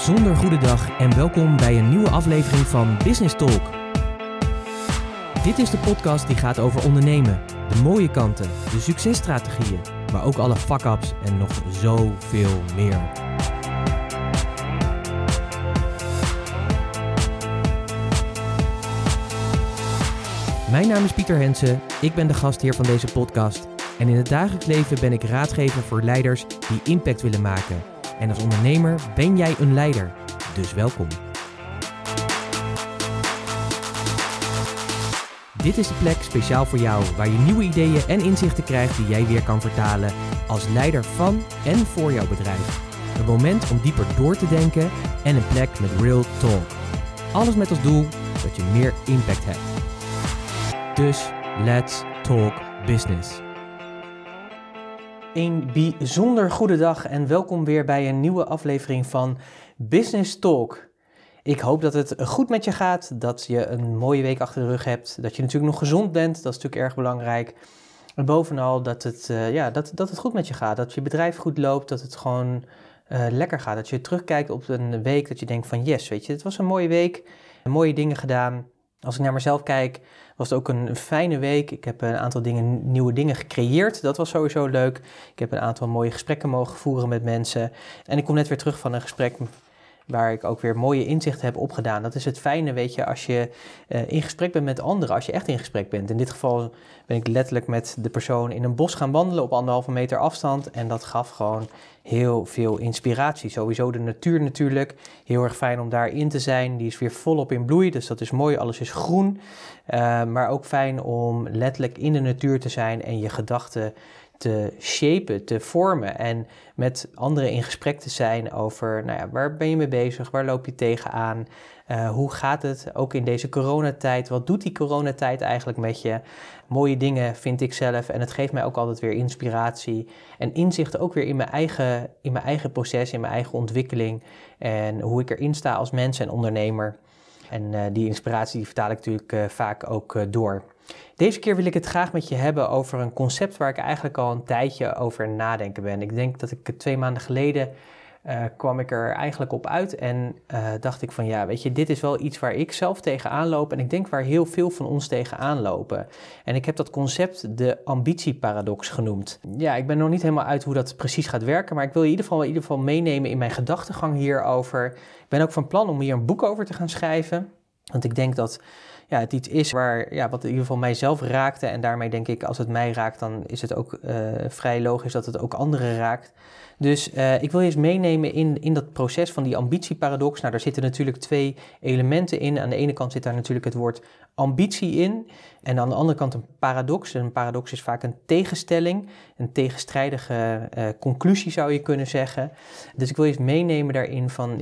bijzonder goede dag en welkom bij een nieuwe aflevering van Business Talk. Dit is de podcast die gaat over ondernemen, de mooie kanten, de successtrategieën, maar ook alle fuck-ups en nog zoveel meer. Mijn naam is Pieter Hensen, ik ben de gastheer van deze podcast en in het dagelijks leven ben ik raadgever voor leiders die impact willen maken. En als ondernemer ben jij een leider, dus welkom. Dit is de plek speciaal voor jou, waar je nieuwe ideeën en inzichten krijgt die jij weer kan vertalen als leider van en voor jouw bedrijf. Een moment om dieper door te denken en een plek met real talk. Alles met als doel dat je meer impact hebt. Dus let's talk business. Een bijzonder goede dag en welkom weer bij een nieuwe aflevering van Business Talk. Ik hoop dat het goed met je gaat, dat je een mooie week achter de rug hebt, dat je natuurlijk nog gezond bent, dat is natuurlijk erg belangrijk. En bovenal dat het goed met je gaat, dat je bedrijf goed loopt, dat het gewoon lekker gaat. Dat je terugkijkt op een week dat je denkt van yes, weet je, het was een mooie week, mooie dingen gedaan. Als ik naar mezelf kijk, was het ook een fijne week. Ik heb een aantal nieuwe dingen gecreëerd. Dat was sowieso leuk. Ik heb een aantal mooie gesprekken mogen voeren met mensen. En ik kom net weer terug van een gesprek waar ik ook weer mooie inzichten heb opgedaan. Dat is het fijne, weet je, als je in gesprek bent met anderen. Als je echt in gesprek bent. In dit geval ben ik letterlijk met de persoon in een bos gaan wandelen op 1,5 meter afstand. En dat gaf gewoon heel veel inspiratie. Sowieso de natuur natuurlijk. Heel erg fijn om daarin te zijn. Die is weer volop in bloei, dus dat is mooi. Alles is groen. Maar ook fijn om letterlijk in de natuur te zijn en je gedachten te shapen, te vormen en met anderen in gesprek te zijn over, waar ben je mee bezig, waar loop je tegenaan, hoe gaat het ook in deze coronatijd, wat doet die coronatijd eigenlijk met je? Mooie dingen vind ik zelf en het geeft mij ook altijd weer inspiratie en inzicht ook weer in mijn eigen proces, in mijn eigen ontwikkeling en hoe ik erin sta als mens en ondernemer. En die inspiratie die vertaal ik natuurlijk vaak ook door. Deze keer wil ik het graag met je hebben over een concept waar ik eigenlijk al een tijdje over nadenken ben. Ik denk dat ik 2 maanden geleden kwam ik er eigenlijk op uit en dacht ik van ja, weet je, dit is wel iets waar ik zelf tegenaan loop en ik denk waar heel veel van ons tegenaan lopen. En ik heb dat concept de ambitieparadox genoemd. Ja, ik ben nog niet helemaal uit hoe dat precies gaat werken, maar ik wil je in ieder geval meenemen in mijn gedachtegang hierover. Ik ben ook van plan om hier een boek over te gaan schrijven, want ik denk dat het iets is wat in ieder geval mijzelf raakte. En daarmee denk ik, als het mij raakt, dan is het ook vrij logisch dat het ook anderen raakt. Dus ik wil je eens meenemen in dat proces van die ambitieparadox. Nou, daar zitten natuurlijk 2 elementen in. Aan de ene kant zit daar natuurlijk het woord ambitie in. En aan de andere kant een paradox. En een paradox is vaak een tegenstelling. Een tegenstrijdige conclusie zou je kunnen zeggen. Dus ik wil je eens meenemen daarin van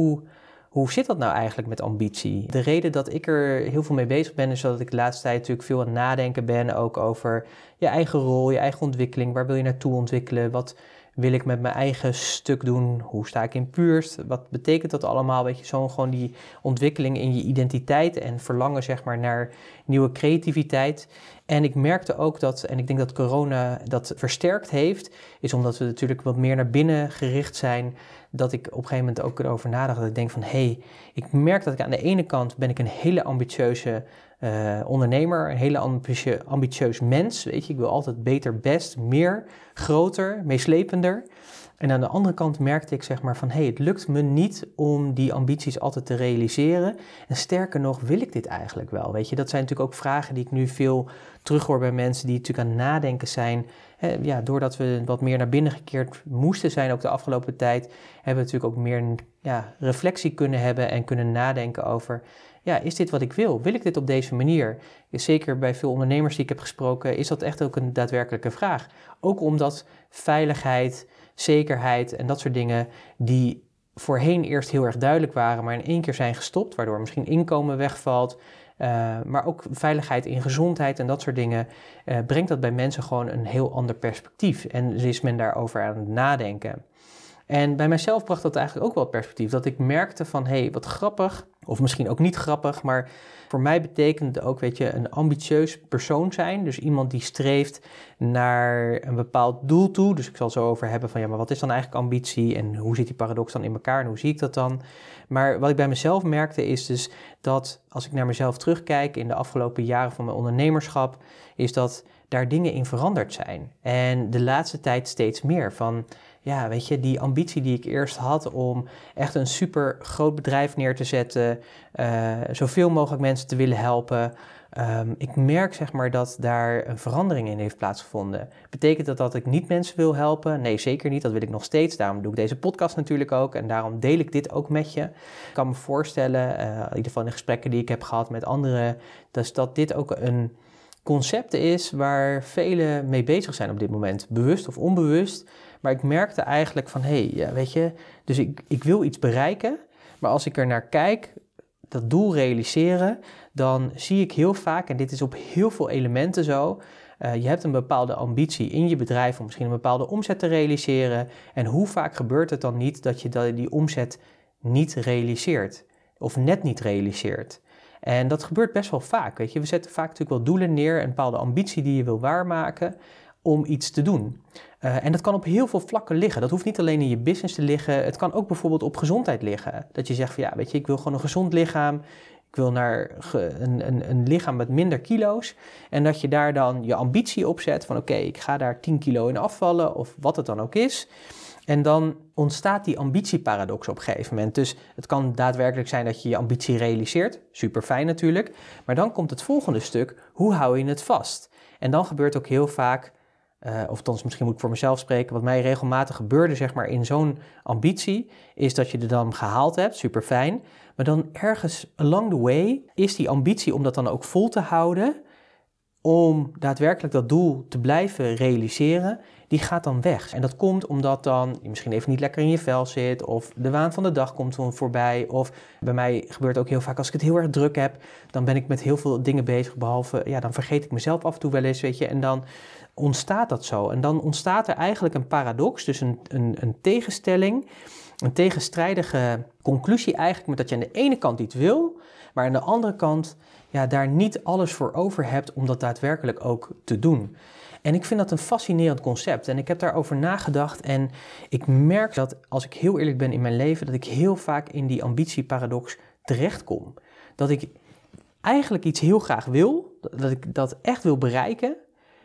hoe zit dat nou eigenlijk met ambitie? De reden dat ik er heel veel mee bezig ben, is dat ik de laatste tijd natuurlijk veel aan het nadenken ben, ook over je eigen rol, je eigen ontwikkeling. Waar wil je naartoe ontwikkelen? Wat wil ik met mijn eigen stuk doen? Hoe sta ik in Puurst? Wat betekent dat allemaal? Weet je, gewoon die ontwikkeling in je identiteit en verlangen zeg maar naar nieuwe creativiteit. En ik merkte ook dat, en ik denk dat corona dat versterkt heeft, is omdat we natuurlijk wat meer naar binnen gericht zijn, dat ik op een gegeven moment ook erover nadacht. Dat ik denk van, ik merk dat ik aan de ene kant ben ik een hele ambitieuze ondernemer, een hele ambitieus mens. Weet je, ik wil altijd beter, best, meer, groter, meeslepender. En aan de andere kant merkte ik zeg maar van, het lukt me niet om die ambities altijd te realiseren. En sterker nog, wil ik dit eigenlijk wel? Weet je, dat zijn natuurlijk ook vragen die ik nu veel terughoor bij mensen die natuurlijk aan het nadenken zijn. Doordat we wat meer naar binnen gekeerd moesten zijn ook de afgelopen tijd, hebben we natuurlijk ook meer reflectie kunnen hebben en kunnen nadenken over, is dit wat ik wil? Wil ik dit op deze manier? Zeker bij veel ondernemers die ik heb gesproken, is dat echt ook een daadwerkelijke vraag. Ook omdat veiligheid, zekerheid en dat soort dingen die voorheen eerst heel erg duidelijk waren, maar in één keer zijn gestopt, waardoor misschien inkomen wegvalt, maar ook veiligheid in gezondheid en dat soort dingen, brengt dat bij mensen gewoon een heel ander perspectief. En dus is men daarover aan het nadenken. En bij mijzelf bracht dat eigenlijk ook wel perspectief. Dat ik merkte van, wat grappig, of misschien ook niet grappig, maar voor mij betekent het ook, een ambitieus persoon zijn. Dus iemand die streeft naar een bepaald doel toe. Dus ik zal het zo over hebben van, maar wat is dan eigenlijk ambitie en hoe zit die paradox dan in elkaar en hoe zie ik dat dan? Maar wat ik bij mezelf merkte is dus dat als ik naar mezelf terugkijk in de afgelopen jaren van mijn ondernemerschap, is dat daar dingen in veranderd zijn. En de laatste tijd steeds meer van, die ambitie die ik eerst had om echt een super groot bedrijf neer te zetten, zoveel mogelijk mensen te willen helpen. Ik merk dat daar een verandering in heeft plaatsgevonden. Betekent dat ik niet mensen wil helpen? Nee, zeker niet. Dat wil ik nog steeds. Daarom doe ik deze podcast natuurlijk ook. En daarom deel ik dit ook met je. Ik kan me voorstellen, in ieder geval in de gesprekken die ik heb gehad met anderen, dus dat dit ook een concept is waar velen mee bezig zijn op dit moment. Bewust of onbewust. Maar ik merkte eigenlijk van, dus ik wil iets bereiken. Maar als ik er naar kijk, dat doel realiseren, dan zie ik heel vaak, en dit is op heel veel elementen zo, je hebt een bepaalde ambitie in je bedrijf om misschien een bepaalde omzet te realiseren. En hoe vaak gebeurt het dan niet dat je die omzet niet realiseert? Of net niet realiseert? En dat gebeurt best wel vaak, We zetten vaak natuurlijk wel doelen neer, een bepaalde ambitie die je wil waarmaken om iets te doen. En dat kan op heel veel vlakken liggen. Dat hoeft niet alleen in je business te liggen. Het kan ook bijvoorbeeld op gezondheid liggen. Dat je zegt van ik wil gewoon een gezond lichaam. Ik wil naar een lichaam met minder kilo's. En dat je daar dan je ambitie op zet van ik ga daar 10 kilo in afvallen of wat het dan ook is. En dan ontstaat die ambitieparadox op een gegeven moment. Dus het kan daadwerkelijk zijn dat je je ambitie realiseert. Super fijn natuurlijk. Maar dan komt het volgende stuk. Hoe hou je het vast? En dan gebeurt ook heel vaak, of althans misschien moet ik voor mezelf spreken, wat mij regelmatig gebeurde in zo'n ambitie, is dat je er dan gehaald hebt, super fijn. Maar dan ergens along the way is die ambitie om dat dan ook vol te houden, om daadwerkelijk dat doel te blijven realiseren, die gaat dan weg. En dat komt omdat dan je misschien even niet lekker in je vel zit, of de waan van de dag komt dan voorbij, of bij mij gebeurt ook heel vaak als ik het heel erg druk heb, dan ben ik met heel veel dingen bezig, behalve, dan vergeet ik mezelf af en toe wel eens, en dan ontstaat dat zo. En dan ontstaat er eigenlijk een paradox, dus een tegenstelling, een tegenstrijdige conclusie eigenlijk, met dat je aan de ene kant iets wil, maar aan de andere kant daar niet alles voor over hebt om dat daadwerkelijk ook te doen. En ik vind dat een fascinerend concept en ik heb daarover nagedacht en ik merk dat, als ik heel eerlijk ben in mijn leven, dat ik heel vaak in die ambitieparadox terechtkom. Dat ik eigenlijk iets heel graag wil, dat ik dat echt wil bereiken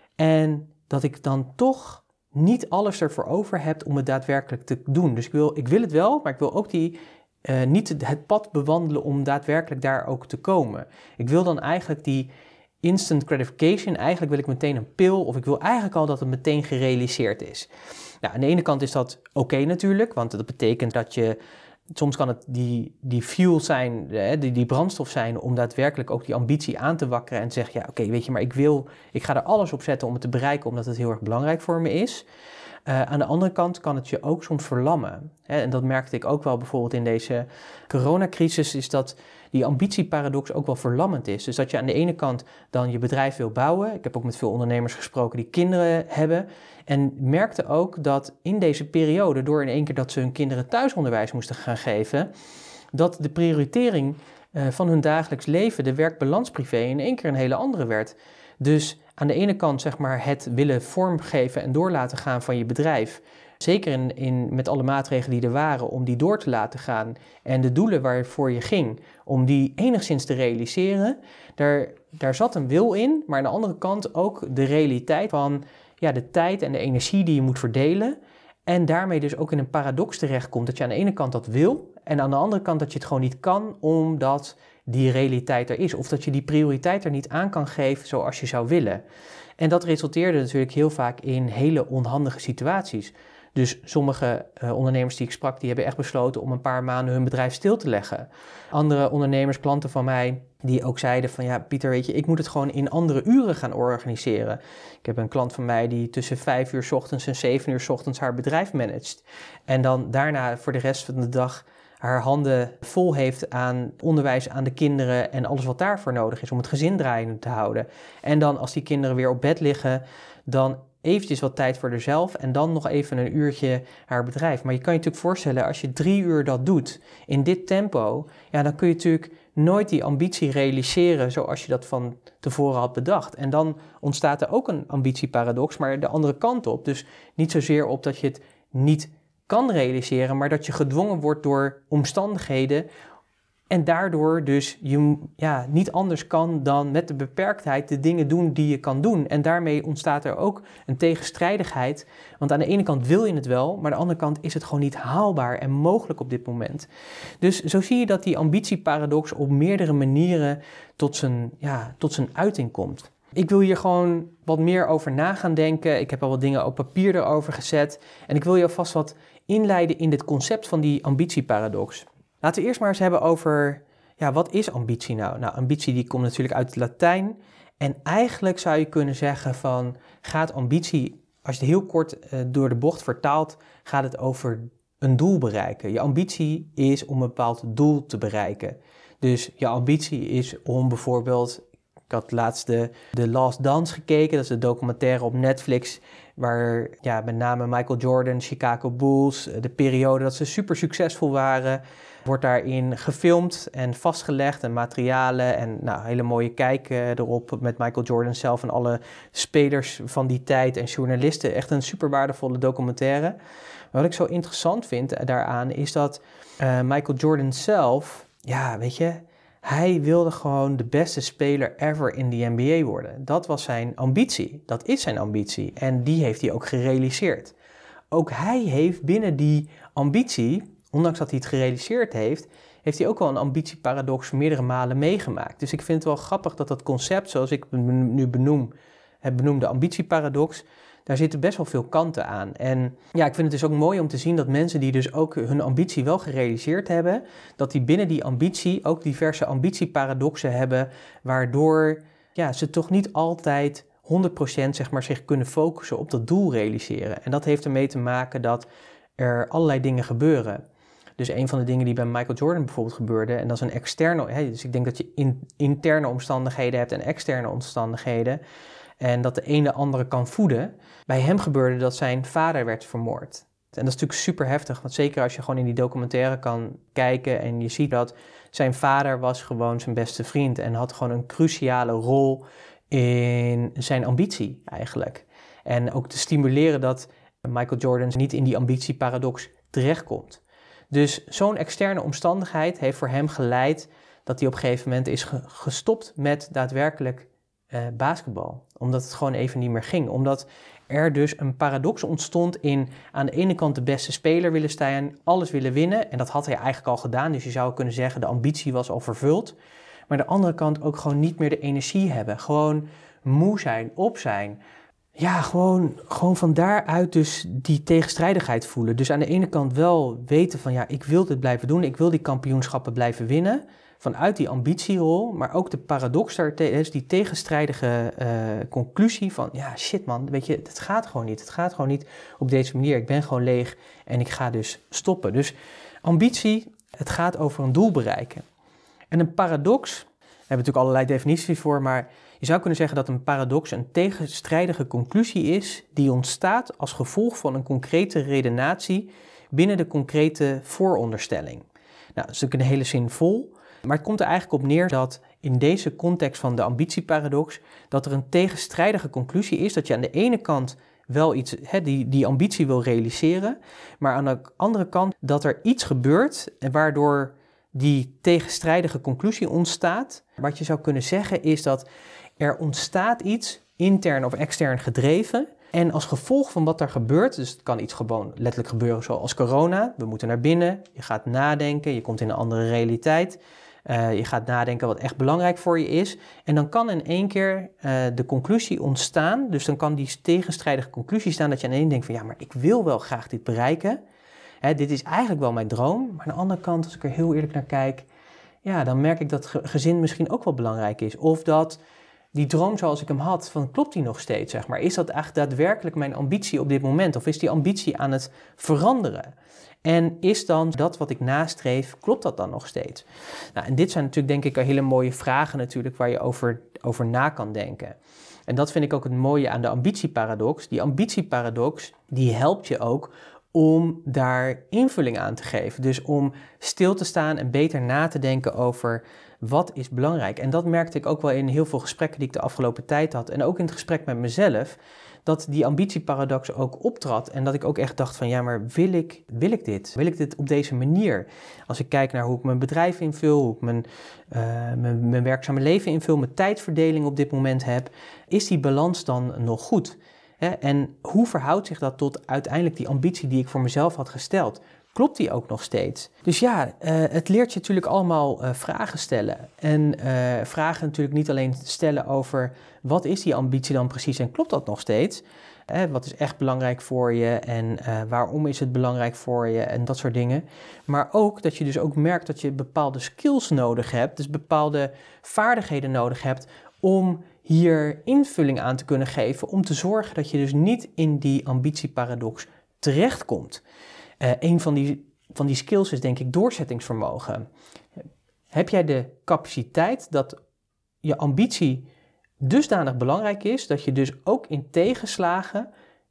en dat ik dan toch niet alles ervoor over heb om het daadwerkelijk te doen. Dus ik wil het wel, maar ik wil ook niet het pad bewandelen om daadwerkelijk daar ook te komen. Ik wil dan eigenlijk die instant gratification, eigenlijk wil ik meteen een pil, of ik wil eigenlijk al dat het meteen gerealiseerd is. Nou, aan de ene kant is dat oké natuurlijk, want dat betekent dat je, soms kan het die fuel zijn, die brandstof zijn om daadwerkelijk ook die ambitie aan te wakkeren en te zeggen, maar ik ga er alles op zetten om het te bereiken, omdat het heel erg belangrijk voor me is. Aan de andere kant kan het je ook soms verlammen. En dat merkte ik ook wel bijvoorbeeld in deze coronacrisis, is dat die ambitieparadox ook wel verlammend is. Dus dat je aan de ene kant dan je bedrijf wil bouwen. Ik heb ook met veel ondernemers gesproken die kinderen hebben. En merkte ook dat in deze periode, door in één keer dat ze hun kinderen thuisonderwijs moesten gaan geven, dat de prioritering van hun dagelijks leven, de werk-balans privé, in één keer een hele andere werd. Dus aan de ene kant het willen vormgeven en door laten gaan van je bedrijf. Zeker met alle maatregelen die er waren om die door te laten gaan. En de doelen waarvoor je ging, om die enigszins te realiseren. Daar zat een wil in, maar aan de andere kant ook de realiteit van de tijd en de energie die je moet verdelen. En daarmee dus ook in een paradox terechtkomt. Dat je aan de ene kant dat wil en aan de andere kant dat je het gewoon niet kan omdat die realiteit er is. Of dat je die prioriteit er niet aan kan geven zoals je zou willen. En dat resulteerde natuurlijk heel vaak in hele onhandige situaties. Dus sommige ondernemers die ik sprak, die hebben echt besloten om een paar maanden hun bedrijf stil te leggen. Andere ondernemers, klanten van mij, die ook zeiden van Pieter, ik moet het gewoon in andere uren gaan organiseren. Ik heb een klant van mij die tussen 5 uur 's ochtends en 7 uur 's ochtends haar bedrijf managt. En dan daarna voor de rest van de dag haar handen vol heeft aan onderwijs aan de kinderen en alles wat daarvoor nodig is om het gezin draaiende te houden. En dan als die kinderen weer op bed liggen, dan eventjes wat tijd voor haarzelf en dan nog even een uurtje haar bedrijf. Maar je kan je natuurlijk voorstellen, als je 3 uur dat doet in dit tempo, ja, dan kun je natuurlijk nooit die ambitie realiseren zoals je dat van tevoren had bedacht. En dan ontstaat er ook een ambitieparadox, maar de andere kant op. Dus niet zozeer op dat je het niet kan realiseren, maar dat je gedwongen wordt door omstandigheden en daardoor dus je niet anders kan dan met de beperktheid de dingen doen die je kan doen. En daarmee ontstaat er ook een tegenstrijdigheid. Want aan de ene kant wil je het wel, maar aan de andere kant is het gewoon niet haalbaar en mogelijk op dit moment. Dus zo zie je dat die ambitieparadox op meerdere manieren tot zijn uiting komt. Ik wil hier gewoon wat meer over na gaan denken. Ik heb al wat dingen op papier erover gezet. En ik wil je alvast wat inleiden in dit concept van die ambitieparadox. Laten we eerst maar eens hebben over, wat is ambitie nou? Nou, ambitie die komt natuurlijk uit het Latijn. En eigenlijk zou je kunnen zeggen van, gaat ambitie, als je het heel kort door de bocht vertaalt, gaat het over een doel bereiken. Je ambitie is om een bepaald doel te bereiken. Dus je ambitie is om bijvoorbeeld, ik had laatst de Last Dance gekeken, dat is een documentaire op Netflix, waar met name Michael Jordan, Chicago Bulls, de periode dat ze super succesvol waren, wordt daarin gefilmd en vastgelegd en materialen en hele mooie kijk erop met Michael Jordan zelf en alle spelers van die tijd en journalisten. Echt een super waardevolle documentaire. Maar wat ik zo interessant vind daaraan is dat Michael Jordan zelf, hij wilde gewoon de beste speler ever in de NBA worden. Dat was zijn ambitie. Dat is zijn ambitie. En die heeft hij ook gerealiseerd. Ook hij heeft binnen die ambitie, ondanks dat hij het gerealiseerd heeft hij ook wel een ambitieparadox meerdere malen meegemaakt. Dus ik vind het wel grappig dat dat concept, zoals ik het nu heb benoemd, de ambitieparadox, daar zitten best wel veel kanten aan. En ik vind het dus ook mooi om te zien dat mensen die dus ook hun ambitie wel gerealiseerd hebben, dat die binnen die ambitie ook diverse ambitieparadoxen hebben, waardoor ze toch niet altijd 100% zich kunnen focussen op dat doel realiseren. En dat heeft ermee te maken dat er allerlei dingen gebeuren. Dus een van de dingen die bij Michael Jordan bijvoorbeeld gebeurde, en dat is een externe, dus ik denk dat je interne omstandigheden hebt en externe omstandigheden, en dat de ene de andere kan voeden. Bij hem gebeurde dat zijn vader werd vermoord. En dat is natuurlijk super heftig, want zeker als je gewoon in die documentaire kan kijken en je ziet dat zijn vader was gewoon zijn beste vriend en had gewoon een cruciale rol in zijn ambitie eigenlijk. En ook te stimuleren dat Michael Jordan niet in die ambitieparadox terechtkomt. Dus zo'n externe omstandigheid heeft voor hem geleid dat hij op een gegeven moment is gestopt met daadwerkelijk basketbal. Omdat het gewoon even niet meer ging. Omdat er dus een paradox ontstond in aan de ene kant de beste speler willen staan, alles willen winnen. En dat had hij eigenlijk al gedaan. Dus je zou kunnen zeggen de ambitie was al vervuld. Maar aan de andere kant ook gewoon niet meer de energie hebben. Gewoon moe zijn, op zijn. Ja, gewoon van daaruit dus die tegenstrijdigheid voelen. Dus aan de ene kant wel weten van ik wil dit blijven doen. Ik wil die kampioenschappen blijven winnen. Vanuit die ambitierol, maar ook de paradox is die tegenstrijdige conclusie van shit man, weet je, het gaat gewoon niet. Het gaat gewoon niet op deze manier. Ik ben gewoon leeg en ik ga dus stoppen. Dus ambitie, het gaat over een doel bereiken. En een paradox, daar hebben we natuurlijk allerlei definities voor, maar je zou kunnen zeggen dat een paradox een tegenstrijdige conclusie is die ontstaat als gevolg van een concrete redenatie binnen de concrete vooronderstelling. Nou, dat is natuurlijk een hele zin vol. Maar het komt er eigenlijk op neer dat in deze context van de ambitieparadox, dat er een tegenstrijdige conclusie is, dat je aan de ene kant wel iets, die ambitie wil realiseren, maar aan de andere kant dat er iets gebeurt en waardoor die tegenstrijdige conclusie ontstaat. Wat je zou kunnen zeggen is dat er ontstaat iets, intern of extern gedreven, en als gevolg van wat er gebeurt, dus het kan iets gewoon letterlijk gebeuren zoals corona, we moeten naar binnen, je gaat nadenken, je komt in een andere realiteit. Je gaat nadenken wat echt belangrijk voor je is. En dan kan in één keer de conclusie ontstaan. Dus dan kan die tegenstrijdige conclusie staan dat je aan de ene denkt van maar ik wil wel graag dit bereiken. Dit is eigenlijk wel mijn droom. Maar aan de andere kant, als ik er heel eerlijk naar kijk, dan merk ik dat gezin misschien ook wel belangrijk is. Of dat die droom zoals ik hem had, klopt die nog steeds, zeg maar? Is dat eigenlijk daadwerkelijk mijn ambitie op dit moment? Of is die ambitie aan het veranderen? En is dan dat wat ik nastreef, klopt dat dan nog steeds? Nou, en dit zijn natuurlijk denk ik hele mooie vragen natuurlijk waar je over na kan denken. En dat vind ik ook het mooie aan de ambitieparadox. Die ambitieparadox, die helpt je ook om daar invulling aan te geven. Dus om stil te staan en beter na te denken over wat is belangrijk. En dat merkte ik ook wel in heel veel gesprekken die ik de afgelopen tijd had. En ook in het gesprek met mezelf, dat die ambitieparadox ook optrad. En dat ik ook echt dacht van ja, maar wil ik dit? Wil ik dit op deze manier? Als ik kijk naar hoe ik mijn bedrijf invul, hoe ik mijn werkzame leven invul, mijn tijdverdeling op dit moment heb, is die balans dan nog goed? En hoe verhoudt zich dat tot uiteindelijk die ambitie die ik voor mezelf had gesteld? Klopt die ook nog steeds? Dus ja, het leert je natuurlijk allemaal vragen stellen. En vragen natuurlijk niet alleen stellen over wat is die ambitie dan precies en klopt dat nog steeds? Wat is echt belangrijk voor je en waarom is het belangrijk voor je en dat soort dingen. Maar ook dat je dus ook merkt dat je bepaalde skills nodig hebt, dus bepaalde vaardigheden nodig hebt om hier invulling aan te kunnen geven, om te zorgen dat je dus niet in die ambitieparadox terechtkomt. Een van die skills is denk ik doorzettingsvermogen. Heb jij de capaciteit dat je ambitie dusdanig belangrijk is, dat je dus ook in tegenslagen,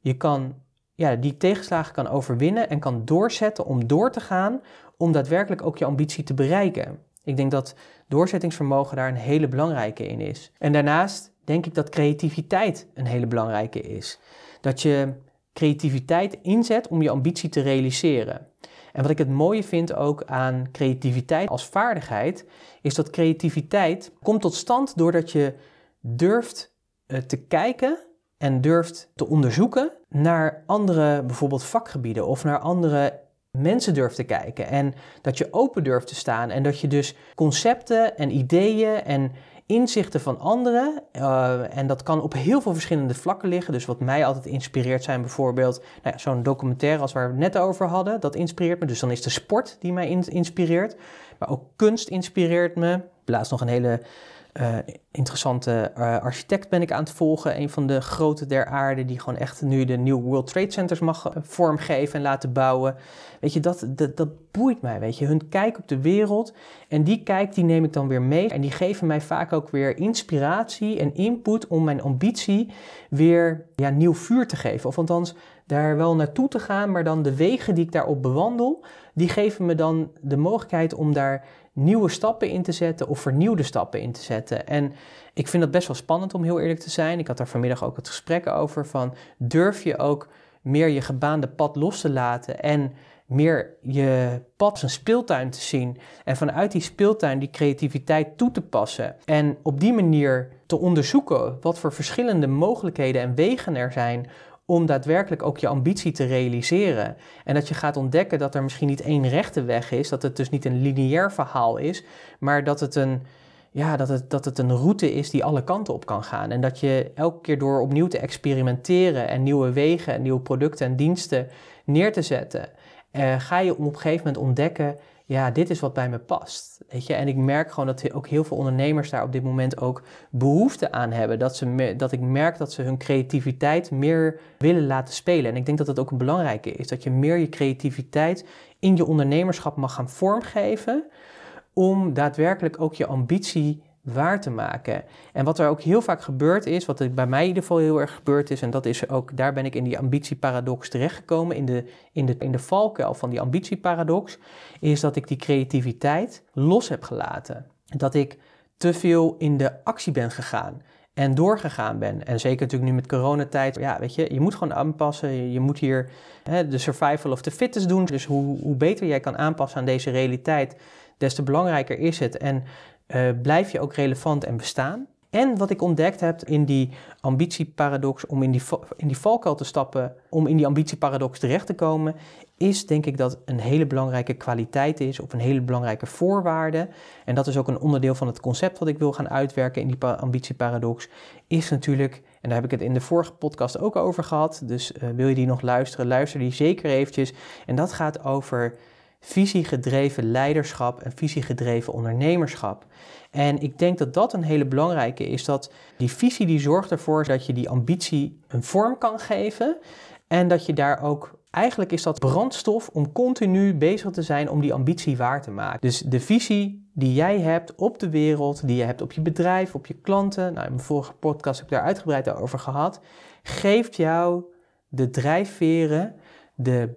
die tegenslagen kan overwinnen en kan doorzetten om door te gaan, om daadwerkelijk ook je ambitie te bereiken. Ik denk dat doorzettingsvermogen daar een hele belangrijke in is. En daarnaast denk ik dat creativiteit een hele belangrijke is. Dat je creativiteit inzet om je ambitie te realiseren. En wat ik het mooie vind ook aan creativiteit als vaardigheid, is dat creativiteit komt tot stand doordat je durft te kijken en durft te onderzoeken naar andere bijvoorbeeld vakgebieden of naar andere mensen durft te kijken. En dat je open durft te staan en dat je dus concepten en ideeën en inzichten van anderen, en dat kan op heel veel verschillende vlakken liggen. Dus wat mij altijd inspireert zijn bijvoorbeeld zo'n documentaire als waar we het net over hadden, dat inspireert me. Dus dan is de sport die mij inspireert, maar ook kunst inspireert me. Laatst nog een hele interessante architect ben ik aan het volgen. Een van de grote der aarde die gewoon echt nu de nieuwe World Trade Centers mag vormgeven en laten bouwen. Weet je, dat boeit mij, weet je. Hun kijk op de wereld en die kijk die neem ik dan weer mee. En die geven mij vaak ook weer inspiratie en input om mijn ambitie weer nieuw vuur te geven. Of althans daar wel naartoe te gaan, maar dan de wegen die ik daarop bewandel, die geven me dan de mogelijkheid om daar nieuwe stappen in te zetten of vernieuwde stappen in te zetten. En ik vind dat best wel spannend om heel eerlijk te zijn. Ik had daar vanmiddag ook het gesprek over van durf je ook meer je gebaande pad los te laten en meer je pad als een speeltuin te zien en vanuit die speeltuin die creativiteit toe te passen en op die manier te onderzoeken wat voor verschillende mogelijkheden en wegen er zijn om daadwerkelijk ook je ambitie te realiseren. En dat je gaat ontdekken dat er misschien niet één rechte weg is, dat het dus niet een lineair verhaal is, maar dat het een route is die alle kanten op kan gaan. En dat je elke keer door opnieuw te experimenteren en nieuwe wegen en nieuwe producten en diensten neer te zetten, ga je op een gegeven moment ontdekken, dit is wat bij me past. Weet je? En ik merk gewoon dat ook heel veel ondernemers daar op dit moment ook behoefte aan hebben. Dat ik merk dat ze hun creativiteit meer willen laten spelen. En ik denk dat dat ook een belangrijke is. Dat je meer je creativiteit in je ondernemerschap mag gaan vormgeven om daadwerkelijk ook je ambitie waar te maken. En wat er ook heel vaak gebeurd is, wat er bij mij in ieder geval heel erg gebeurd is, en dat is ook, daar ben ik in die ambitieparadox terechtgekomen, in de valkuil van die ambitieparadox, is dat ik die creativiteit los heb gelaten. Dat ik te veel in de actie ben gegaan en doorgegaan ben. En zeker natuurlijk nu met coronatijd, weet je, je moet gewoon aanpassen, je moet hier de survival of the fittest doen. Dus hoe beter jij kan aanpassen aan deze realiteit, des te belangrijker is het. En blijf je ook relevant en bestaan. En wat ik ontdekt heb in die ambitieparadox, om in die valkuil te stappen, om in die ambitieparadox terecht te komen, is denk ik dat een hele belangrijke kwaliteit is, of een hele belangrijke voorwaarde. En dat is ook een onderdeel van het concept wat ik wil gaan uitwerken in die ambitieparadox, is natuurlijk, en daar heb ik het in de vorige podcast ook over gehad, dus wil je die nog luisteren, luister die zeker eventjes. En dat gaat over visiegedreven leiderschap en visiegedreven ondernemerschap. En ik denk dat dat een hele belangrijke is, dat die visie die zorgt ervoor dat je die ambitie een vorm kan geven en dat je daar ook eigenlijk is dat brandstof om continu bezig te zijn om die ambitie waar te maken. Dus de visie die jij hebt op de wereld, die je hebt op je bedrijf, op je klanten, in mijn vorige podcast heb ik daar uitgebreid over gehad, geeft jou de drijfveren, de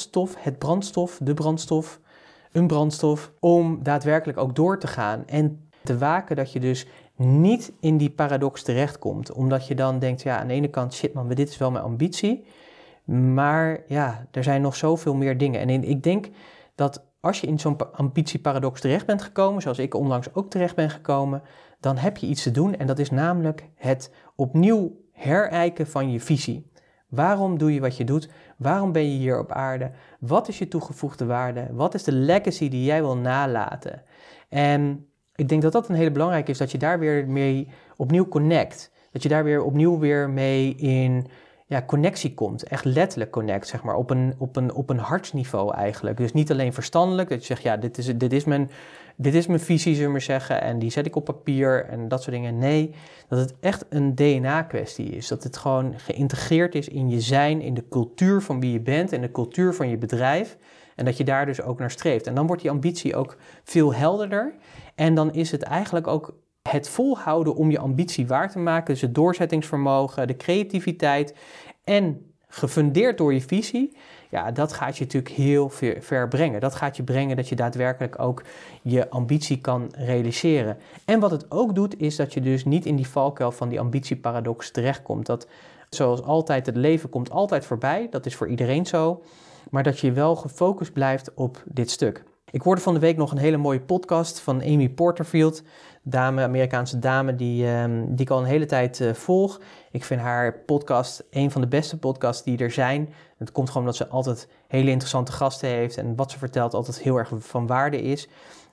brandstof om daadwerkelijk ook door te gaan en te waken dat je dus niet in die paradox terechtkomt. Omdat je dan denkt, ja, aan de ene kant, shit man, dit is wel mijn ambitie. Maar ja, er zijn nog zoveel meer dingen. En ik denk dat als je in zo'n ambitieparadox terecht bent gekomen, zoals ik onlangs ook terecht ben gekomen, dan heb je iets te doen en dat is namelijk het opnieuw herijken van je visie. Waarom doe je wat je doet? Waarom ben je hier op aarde? Wat is je toegevoegde waarde? Wat is de legacy die jij wil nalaten? En ik denk dat dat een hele belangrijke is, dat je daar weer mee opnieuw connect. Dat je daar weer opnieuw mee in connectie komt. Echt letterlijk connect, zeg maar, op een hartsniveau eigenlijk. Dus niet alleen verstandelijk, dat je zegt, ja, dit is mijn visie, zullen we maar zeggen, en die zet ik op papier en dat soort dingen. Nee, dat het echt een DNA-kwestie is. Dat het gewoon geïntegreerd is in je zijn, in de cultuur van wie je bent en de cultuur van je bedrijf. En dat je daar dus ook naar streeft. En dan wordt die ambitie ook veel helderder. En dan is het eigenlijk ook het volhouden om je ambitie waar te maken. Dus het doorzettingsvermogen, de creativiteit en gefundeerd door je visie. Ja, dat gaat je natuurlijk heel ver brengen. Dat gaat je brengen dat je daadwerkelijk ook je ambitie kan realiseren. En wat het ook doet, is dat je dus niet in die valkuil van die ambitieparadox terechtkomt. Dat, zoals altijd, het leven komt altijd voorbij. Dat is voor iedereen zo. Maar dat je wel gefocust blijft op dit stuk. Ik hoorde van de week nog een hele mooie podcast van Amy Porterfield, Amerikaanse dame die ik al een hele tijd volg. Ik vind haar podcast een van de beste podcasts die er zijn. Het komt gewoon omdat ze altijd hele interessante gasten heeft en wat ze vertelt altijd heel erg van waarde is.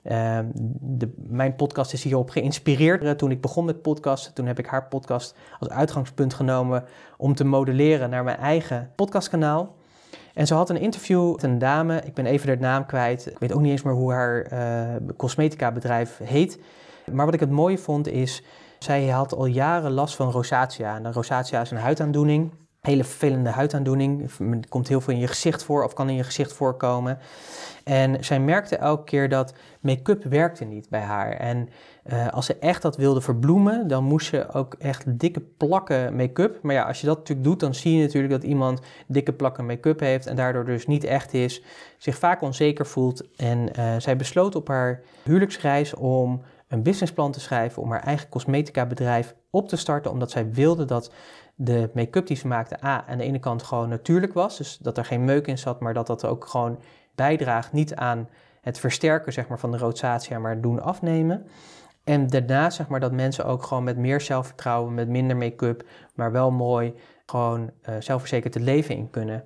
Mijn podcast is hierop geïnspireerd. Toen ik begon met podcasten, toen heb ik haar podcast als uitgangspunt genomen om te modelleren naar mijn eigen podcastkanaal. En ze had een interview met een dame, ik ben even de naam kwijt. Ik weet ook niet eens meer hoe haar cosmetica bedrijf heet. Maar wat ik het mooie vond is, zij had al jaren last van rosacea. En rosacea is een huidaandoening, hele vervelende huidaandoening. Het komt heel veel in je gezicht voor of kan in je gezicht voorkomen. En zij merkte elke keer dat make-up werkte niet bij haar. En als ze echt dat wilde verbloemen, dan moest ze ook echt dikke plakken make-up. Maar ja, als je dat natuurlijk doet, dan zie je natuurlijk dat iemand dikke plakken make-up heeft en daardoor dus niet echt is, zich vaak onzeker voelt. En zij besloot op haar huwelijksreis om een businessplan te schrijven om haar eigen cosmetica bedrijf op te starten, omdat zij wilde dat de make-up die ze maakte aan de ene kant gewoon natuurlijk was, dus dat er geen meuk in zat, maar dat dat ook gewoon bijdraagt niet aan het versterken, zeg maar, van de rosacea, maar doen afnemen. En daarna, zeg maar, dat mensen ook gewoon met meer zelfvertrouwen, met minder make-up, maar wel mooi, gewoon zelfverzekerd het leven in kunnen.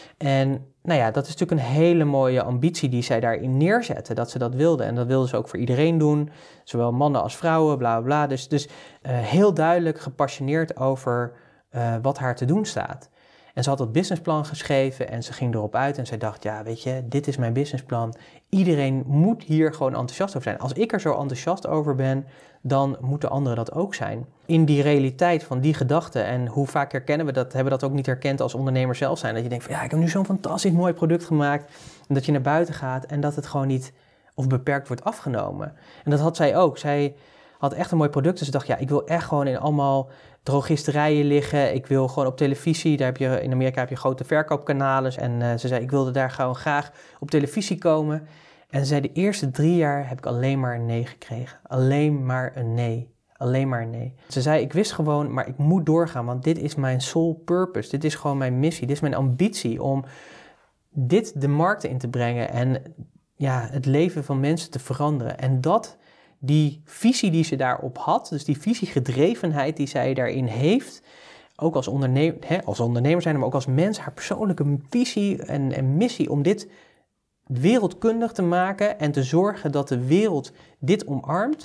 En nou ja, dat is natuurlijk een hele mooie ambitie die zij daarin neerzetten, dat ze dat wilden. En dat wilden ze ook voor iedereen doen, zowel mannen als vrouwen, bla bla bla. Dus heel duidelijk gepassioneerd over wat haar te doen staat. En ze had dat businessplan geschreven en ze ging erop uit en zij dacht, ja, weet je, dit is mijn businessplan. Iedereen moet hier gewoon enthousiast over zijn. Als ik er zo enthousiast over ben, dan moeten anderen dat ook zijn. In die realiteit van die gedachten, en hoe vaak herkennen we dat, hebben we dat ook niet herkend als ondernemer zelf zijn. Dat je denkt van, ja, ik heb nu zo'n fantastisch mooi product gemaakt. En dat je naar buiten gaat en dat het gewoon niet of beperkt wordt afgenomen. En dat had zij ook. Zij had echt een mooi product. Dus ze dacht, ja, ik wil echt gewoon in allemaal drogisterijen liggen. Ik wil gewoon op televisie. Daar heb je, in Amerika heb je grote verkoopkanalen. En ze zei, ik wilde daar gewoon graag op televisie komen. En ze zei, de eerste 3 jaar heb ik alleen maar een nee gekregen. Alleen maar een nee. Alleen maar een nee. Ze zei, ik wist gewoon, maar ik moet doorgaan. Want dit is mijn sole purpose. Dit is gewoon mijn missie. Dit is mijn ambitie om dit de markt in te brengen. En ja, het leven van mensen te veranderen. En dat, die visie die ze daarop had, dus die visiegedrevenheid die zij daarin heeft, ook als ondernemer zijn, maar ook als mens, haar persoonlijke visie en missie om dit wereldkundig te maken en te zorgen dat de wereld dit omarmt,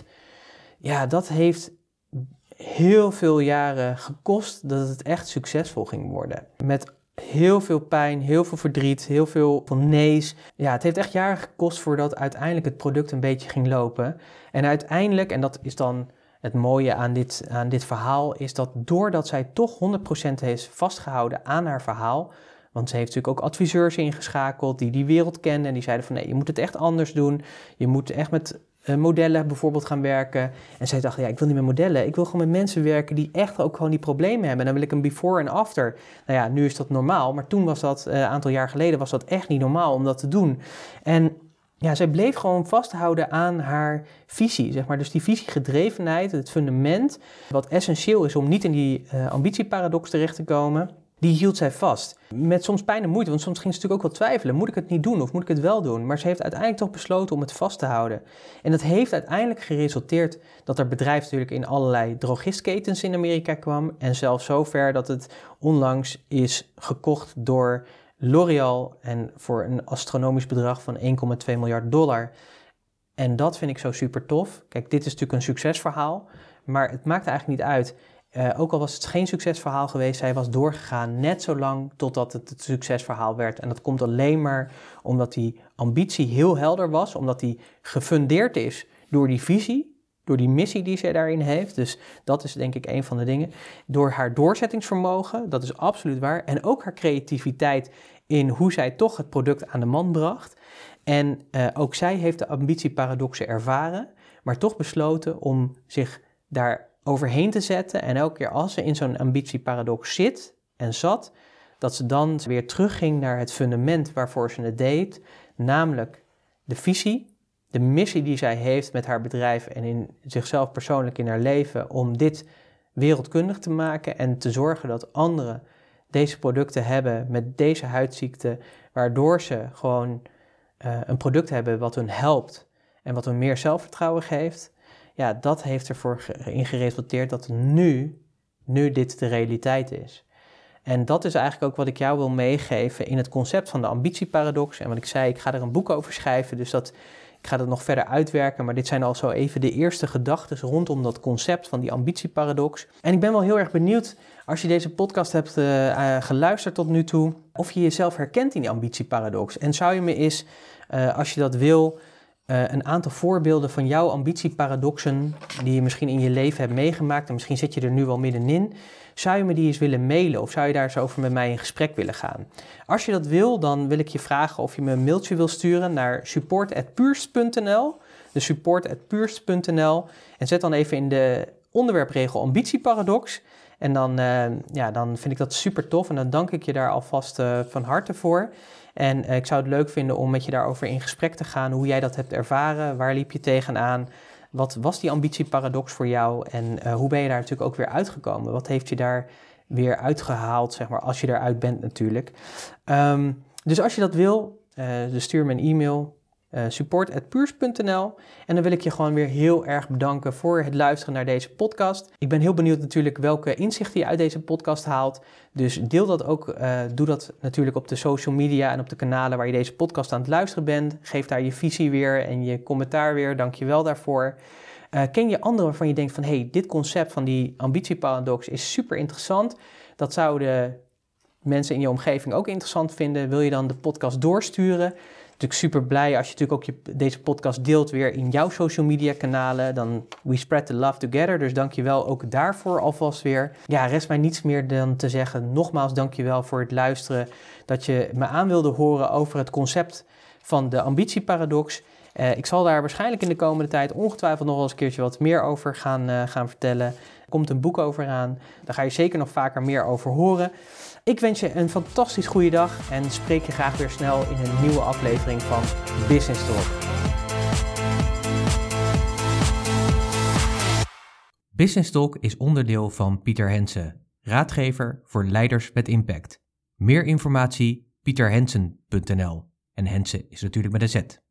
ja, dat heeft heel veel jaren gekost dat het echt succesvol ging worden. Met heel veel pijn, heel veel verdriet, heel veel van nee's. Ja, het heeft echt jaren gekost voordat uiteindelijk het product een beetje ging lopen. En uiteindelijk, en dat is dan het mooie aan dit verhaal, is dat doordat zij toch 100% heeft vastgehouden aan haar verhaal, Want ze heeft natuurlijk ook adviseurs ingeschakeld die wereld kenden. En die zeiden van nee, je moet het echt anders doen. Je moet echt met modellen bijvoorbeeld gaan werken. En zij dacht, ik wil niet met modellen. Ik wil gewoon met mensen werken die echt ook gewoon die problemen hebben. En dan wil ik een before en after. Nou ja, nu is dat normaal. Maar toen was dat, een aantal jaar geleden, was dat echt niet normaal om dat te doen. En ja, zij bleef gewoon vasthouden aan haar visie, zeg maar. Dus die visiegedrevenheid, het fundament, wat essentieel is om niet in die ambitieparadox terecht te komen, die hield zij vast. Met soms pijn en moeite, want soms ging ze natuurlijk ook wel twijfelen. Moet ik het niet doen of moet ik het wel doen? Maar ze heeft uiteindelijk toch besloten om het vast te houden. En dat heeft uiteindelijk geresulteerd dat er bedrijf natuurlijk in allerlei drogistketens in Amerika kwam. En zelfs zover dat het onlangs is gekocht door L'Oréal en voor een astronomisch bedrag van $1,2 miljard. En dat vind ik zo super tof. Kijk, dit is natuurlijk een succesverhaal, maar het maakt eigenlijk niet uit. Ook al was het geen succesverhaal geweest, zij was doorgegaan net zo lang totdat het succesverhaal werd. En dat komt alleen maar omdat die ambitie heel helder was, omdat die gefundeerd is door die visie, door die missie die zij daarin heeft. Dus dat is denk ik een van de dingen. Door haar doorzettingsvermogen, dat is absoluut waar. En ook haar creativiteit in hoe zij toch het product aan de man bracht. En ook zij heeft de ambitieparadoxen ervaren, maar toch besloten om zich daar overheen te zetten. En elke keer als ze in zo'n ambitieparadox zat, dat ze dan weer terugging naar het fundament waarvoor ze het deed. Namelijk de visie, de missie die zij heeft met haar bedrijf en in zichzelf persoonlijk in haar leven om dit wereldkundig te maken en te zorgen dat anderen deze producten hebben met deze huidziekte, waardoor ze gewoon een product hebben wat hun helpt en wat hun meer zelfvertrouwen geeft. Ja, dat heeft ervoor geresulteerd dat nu dit de realiteit is. En dat is eigenlijk ook wat ik jou wil meegeven in het concept van de ambitieparadox. En wat ik zei, ik ga er een boek over schrijven, dus ik ga dat nog verder uitwerken. Maar dit zijn al zo even de eerste gedachten rondom dat concept van die ambitieparadox. En ik ben wel heel erg benieuwd, als je deze podcast hebt geluisterd tot nu toe, of je jezelf herkent in die ambitieparadox. En zou je me eens, als je dat wil, een aantal voorbeelden van jouw ambitieparadoxen die je misschien in je leven hebt meegemaakt en misschien zit je er nu wel middenin, zou je me die eens willen mailen of zou je daar eens over met mij in gesprek willen gaan? Als je dat wil, dan wil ik je vragen of je me een mailtje wil sturen naar support@puurst.nl, de support@puurst.nl, en zet dan even in de onderwerpregel ambitieparadox. En dan vind ik dat super tof en dan dank ik je daar alvast van harte voor. En ik zou het leuk vinden om met je daarover in gesprek te gaan, hoe jij dat hebt ervaren, waar liep je tegenaan, wat was die ambitieparadox voor jou en hoe ben je daar natuurlijk ook weer uitgekomen? Wat heeft je daar weer uitgehaald, zeg maar, als je eruit bent natuurlijk. Dus als je dat wil, dus stuur me een e-mail, support@puurst.nl. En dan wil ik je gewoon weer heel erg bedanken voor het luisteren naar deze podcast. Ik ben heel benieuwd natuurlijk welke inzichten je uit deze podcast haalt. Dus deel dat ook, doe dat natuurlijk op de social media en op de kanalen waar je deze podcast aan het luisteren bent. Geef daar je visie weer en je commentaar weer. Dank je wel daarvoor. Ken je anderen waarvan je denkt van hey, dit concept van die ambitieparadox is super interessant. Dat zouden mensen in je omgeving ook interessant vinden. Wil je dan de podcast doorsturen? Natuurlijk super blij als je natuurlijk ook deze podcast deelt weer in jouw social media kanalen. Dan we spread the love together. Dus dank je wel ook daarvoor alvast weer. Ja, rest mij niets meer dan te zeggen. Nogmaals dank je wel voor het luisteren. Dat je me aan wilde horen over het concept van de ambitieparadox. Ik zal daar waarschijnlijk in de komende tijd ongetwijfeld nog wel eens een keertje wat meer over gaan vertellen. Er komt een boek over aan. Daar ga je zeker nog vaker meer over horen. Ik wens je een fantastisch goede dag en spreek je graag weer snel in een nieuwe aflevering van Business Talk. Business Talk is onderdeel van Pieter Hensen, raadgever voor leiders met impact. Meer informatie pieterhensen.nl en Hensen is natuurlijk met een Z.